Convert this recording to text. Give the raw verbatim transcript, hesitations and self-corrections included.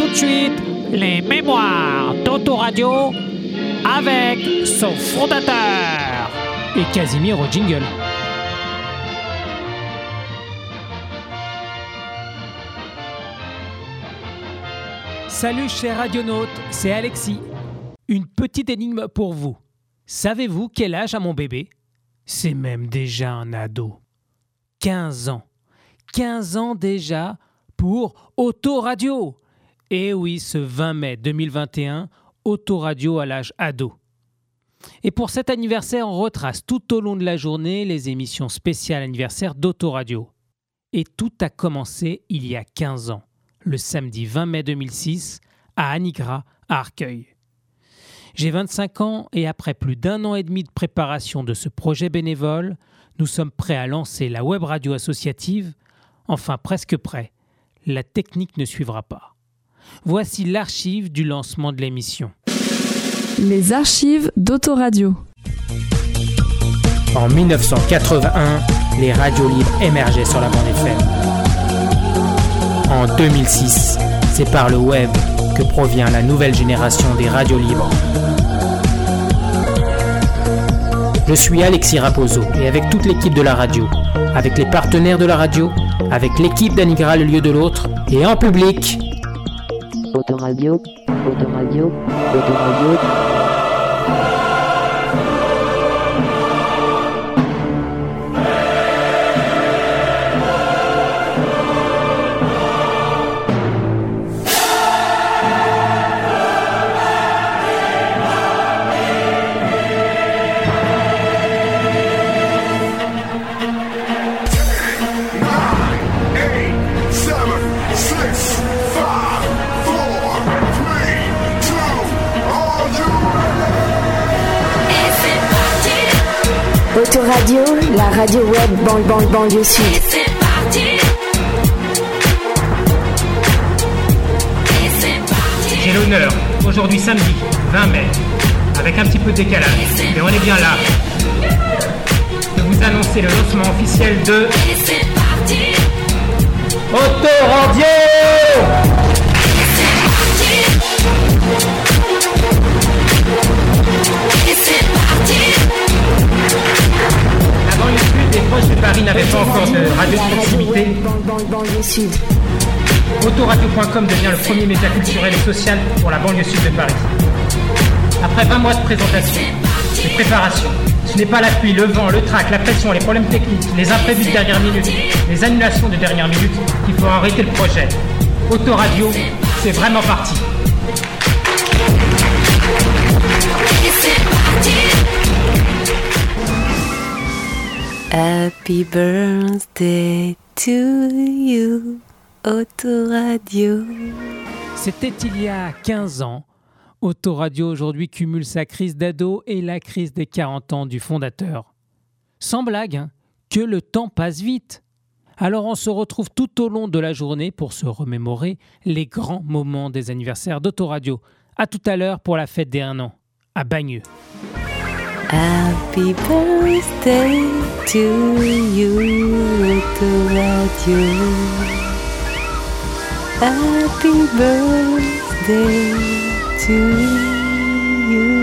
de suite les mémoires d'Autoradio avec son fondateur et Casimir au jingle. Salut chers radionautes, c'est Alexis. Une petite énigme pour vous. Savez-vous quel âge a mon bébé ? C'est même déjà un ado. quinze ans. quinze ans déjà pour Autoradio. Et oui, ce vingt mai deux mille vingt et un, Autoradio à l'âge ado. Et pour cet anniversaire, on retrace tout au long de la journée les émissions spéciales anniversaire d'Autoradio. Et tout a commencé il y a quinze ans, le samedi vingt mai deux mille six, à Anigra, à Arcueil. J'ai vingt-cinq ans et après plus d'un an et demi de préparation de ce projet bénévole, nous sommes prêts à lancer la web radio associative, enfin presque prêts. La technique ne suivra pas. Voici l'archive du lancement de l'émission. Les archives d'Autoradio. En dix-neuf cent quatre-vingt-un, les radios libres émergeaient sur la bande F M. En deux mille six, c'est par le web que provient la nouvelle génération des radios libres. Je suis Alexis Raposo et avec toute l'équipe de la radio, avec les partenaires de la radio, avec l'équipe d'Anigra le lieu de l'autre et en public. Autoradio, Autoradio, Autoradio. Autoradio, la radio web banlieue banlieue banlieue sud. Et c'est parti. Et c'est parti. J'ai l'honneur, aujourd'hui samedi vingt mai, avec un petit peu de décalage, mais on est bien là, de vous annoncer le lancement officiel de Et c'est parti. Autoradio. Et c'est parti. Et c'est parti. La banlieue sud et proche de Paris n'avait pas encore de radio de proximité. Banlieue sud. Autoradio point com devient le premier média culturel et social pour la banlieue sud de Paris. Après vingt mois de présentation, de préparation, ce n'est pas la pluie, le vent, le trac, la pression, les problèmes techniques, les imprévus de dernière minute, les annulations de dernière minute qu'il faut arrêter le projet. Autoradio, c'est vraiment parti. Et c'est parti. Happy birthday to you, Autoradio. C'était il y a quinze ans. Autoradio aujourd'hui cumule sa crise d'ado et la crise des quarante ans du fondateur. Sans blague, hein, que le temps passe vite. Alors on se retrouve tout au long de la journée pour se remémorer les grands moments des anniversaires d'Autoradio. À tout à l'heure pour la fête des un an, à Bagneux. Happy birthday to you, Autoradio. Happy birthday to you.